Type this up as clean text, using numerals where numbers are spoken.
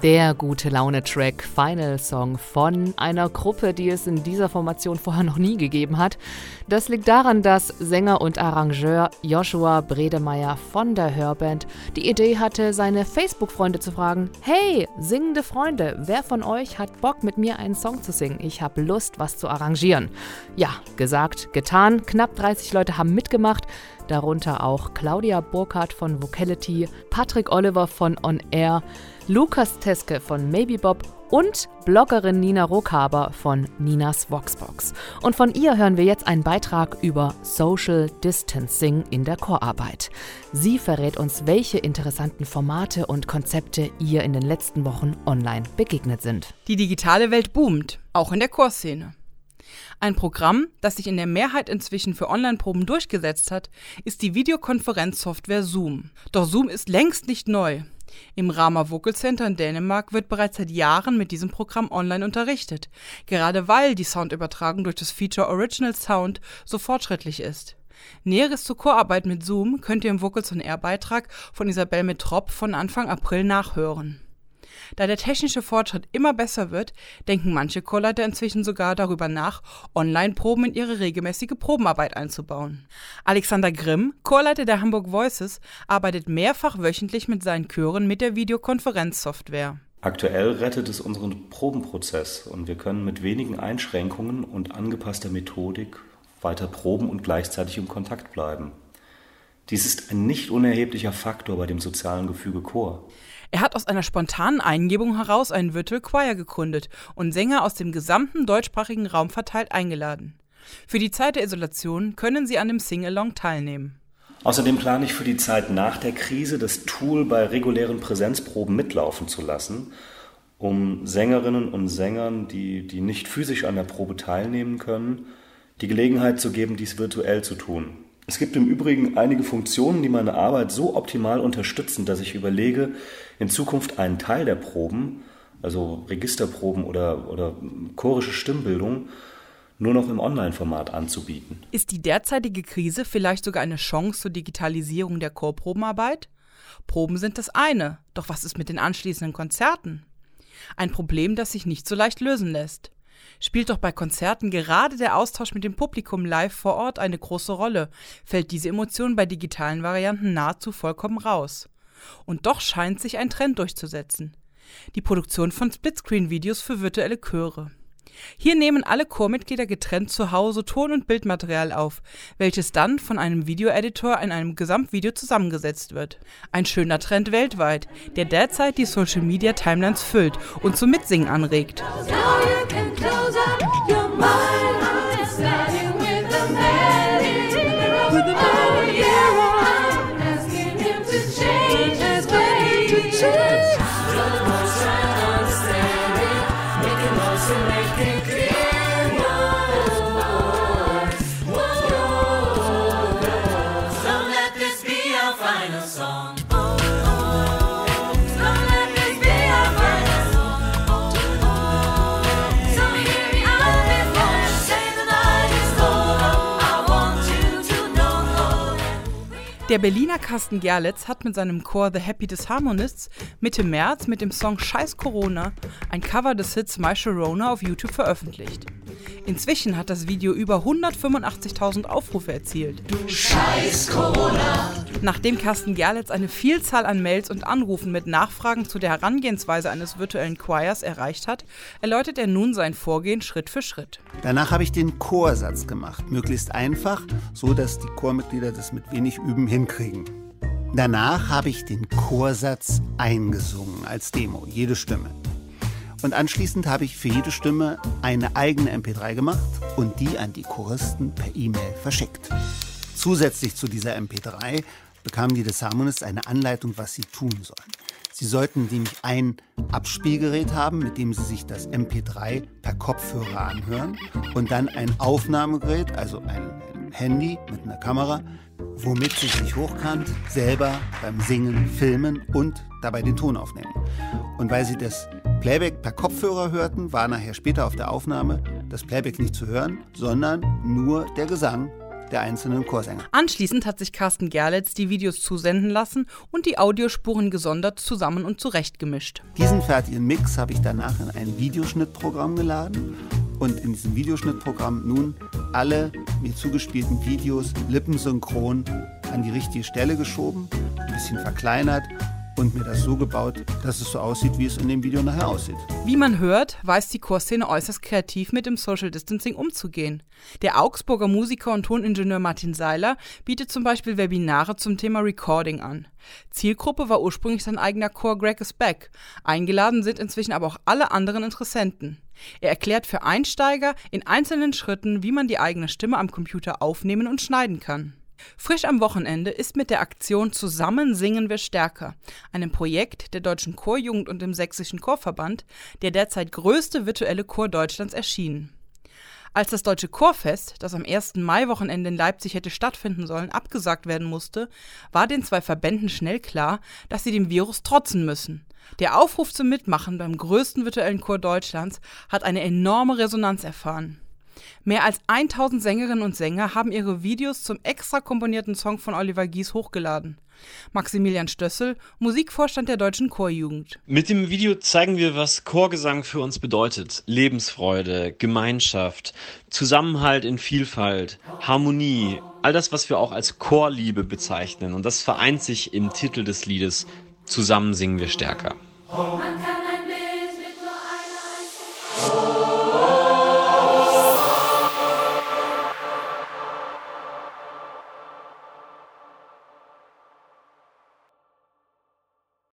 Der Gute-Laune-Track Final Song von einer Gruppe, die es in dieser Formation vorher noch nie gegeben hat. Das liegt daran, dass Sänger und Arrangeur Joshua Bredemeier von der Hörband die Idee hatte, seine Facebook-Freunde zu fragen: Hey, singende Freunde, wer von euch hat Bock, mit mir einen Song zu singen? Ich habe Lust, was zu arrangieren. Ja, gesagt, getan. Knapp 30 Leute haben mitgemacht. Darunter auch Claudia Burkhardt von Vocality, Patrick Oliver von On Air, Lukas Teske von Maybe Bob und Bloggerin Nina Rockhaber von Ninas Voxbox. Und von ihr hören wir jetzt einen Beitrag über Social Distancing in der Chorarbeit. Sie verrät uns, welche interessanten Formate und Konzepte ihr in den letzten Wochen online begegnet sind. Die digitale Welt boomt, auch in der Chorszene. Ein Programm, das sich in der Mehrheit inzwischen für Online-Proben durchgesetzt hat, ist die Videokonferenzsoftware Zoom. Doch Zoom ist längst nicht neu. Im Rama Vocal Center in Dänemark wird bereits seit Jahren mit diesem Programm online unterrichtet, gerade weil die Soundübertragung durch das Feature Original Sound so fortschrittlich ist. Näheres zur Chorarbeit mit Zoom könnt ihr im Vocals on Air Beitrag von Isabel Metrop von Anfang April nachhören. Da der technische Fortschritt immer besser wird, denken manche Chorleiter inzwischen sogar darüber nach, Online-Proben in ihre regelmäßige Probenarbeit einzubauen. Alexander Grimm, Chorleiter der Hamburg Voices, arbeitet mehrfach wöchentlich mit seinen Chören mit der Videokonferenzsoftware. Aktuell rettet es unseren Probenprozess und wir können mit wenigen Einschränkungen und angepasster Methodik weiter proben und gleichzeitig im Kontakt bleiben. Dies ist ein nicht unerheblicher Faktor bei dem sozialen Gefüge Chor. Er hat aus einer spontanen Eingebung heraus einen Virtual Choir gegründet und Sänger aus dem gesamten deutschsprachigen Raum verteilt eingeladen. Für die Zeit der Isolation können sie an dem Sing-Along teilnehmen. Außerdem plane ich für die Zeit nach der Krise, das Tool bei regulären Präsenzproben mitlaufen zu lassen, um Sängerinnen und Sängern, die nicht physisch an der Probe teilnehmen können, die Gelegenheit zu geben, dies virtuell zu tun. Es gibt im Übrigen einige Funktionen, die meine Arbeit so optimal unterstützen, dass ich überlege, in Zukunft einen Teil der Proben, also Registerproben oder chorische Stimmbildung, nur noch im Online-Format anzubieten. Ist die derzeitige Krise vielleicht sogar eine Chance zur Digitalisierung der Chorprobenarbeit? Proben sind das eine, doch was ist mit den anschließenden Konzerten? Ein Problem, das sich nicht so leicht lösen lässt. Spielt doch bei Konzerten gerade der Austausch mit dem Publikum live vor Ort eine große Rolle, fällt diese Emotion bei digitalen Varianten nahezu vollkommen raus. Und doch scheint sich ein Trend durchzusetzen. Die Produktion von Splitscreen-Videos für virtuelle Chöre. Hier nehmen alle Chormitglieder getrennt zu Hause Ton- und Bildmaterial auf, welches dann von einem Videoeditor in einem Gesamtvideo zusammengesetzt wird. Ein schöner Trend weltweit, der derzeit die Social-Media-Timelines füllt und zum Mitsingen anregt. Der Berliner Carsten Gerlitz hat mit seinem Chor The Happy Disharmonists Mitte März mit dem Song Scheiß Corona ein Cover des Hits My Sharona auf YouTube veröffentlicht. Inzwischen hat das Video über 185.000 Aufrufe erzielt. Du Scheiß Corona! Nachdem Carsten Gerlitz eine Vielzahl an Mails und Anrufen mit Nachfragen zu der Herangehensweise eines virtuellen Choirs erreicht hat, erläutert er nun sein Vorgehen Schritt für Schritt. Danach habe ich den Chorsatz gemacht, möglichst einfach, so dass die Chormitglieder das mit wenig Üben hinkriegen. Danach habe ich den Chorsatz eingesungen als Demo, jede Stimme. Und anschließend habe ich für jede Stimme eine eigene MP3 gemacht und die an die Choristen per E-Mail verschickt. Zusätzlich zu dieser MP3 bekamen die Disharmonists eine Anleitung, was sie tun sollen. Sie sollten nämlich ein Abspielgerät haben, mit dem sie sich das MP3 per Kopfhörer anhören und dann ein Aufnahmegerät, also ein Handy mit einer Kamera, womit sie sich hochkant selber beim Singen filmen und dabei den Ton aufnehmen. Und weil sie das Playback per Kopfhörer hörten, war nachher später auf der Aufnahme das Playback nicht zu hören, sondern nur der Gesang der einzelnen Chorsänger. Anschließend hat sich Carsten Gerlitz die Videos zusenden lassen und die Audiospuren gesondert zusammen und zurechtgemischt. Diesen fertigen Mix habe ich danach in ein Videoschnittprogramm geladen und in diesem Videoschnittprogramm nun alle mir zugespielten Videos lippensynchron an die richtige Stelle geschoben, ein bisschen verkleinert und mir das so gebaut, dass es so aussieht, wie es in dem Video nachher aussieht. Wie man hört, weiß die Chorszene äußerst kreativ mit dem Social Distancing umzugehen. Der Augsburger Musiker und Toningenieur Martin Seiler bietet zum Beispiel Webinare zum Thema Recording an. Zielgruppe war ursprünglich sein eigener Chor Greg is Back. Eingeladen sind inzwischen aber auch alle anderen Interessenten. Er erklärt für Einsteiger in einzelnen Schritten, wie man die eigene Stimme am Computer aufnehmen und schneiden kann. Frisch am Wochenende ist mit der Aktion Zusammen singen wir stärker, einem Projekt der Deutschen Chorjugend und dem Sächsischen Chorverband, der derzeit größte virtuelle Chor Deutschlands, erschienen. Als das Deutsche Chorfest, das am 1. Mai-Wochenende in Leipzig hätte stattfinden sollen, abgesagt werden musste, war den zwei Verbänden schnell klar, dass sie dem Virus trotzen müssen. Der Aufruf zum Mitmachen beim größten virtuellen Chor Deutschlands hat eine enorme Resonanz erfahren. Mehr als 1000 Sängerinnen und Sänger haben ihre Videos zum extra komponierten Song von Oliver Gies hochgeladen. Maximilian Stössel, Musikvorstand der Deutschen Chorjugend. Mit dem Video zeigen wir, was Chorgesang für uns bedeutet. Lebensfreude, Gemeinschaft, Zusammenhalt in Vielfalt, Harmonie, all das, was wir auch als Chorliebe bezeichnen. Und das vereint sich im Titel des Liedes Zusammen singen wir stärker. Man kann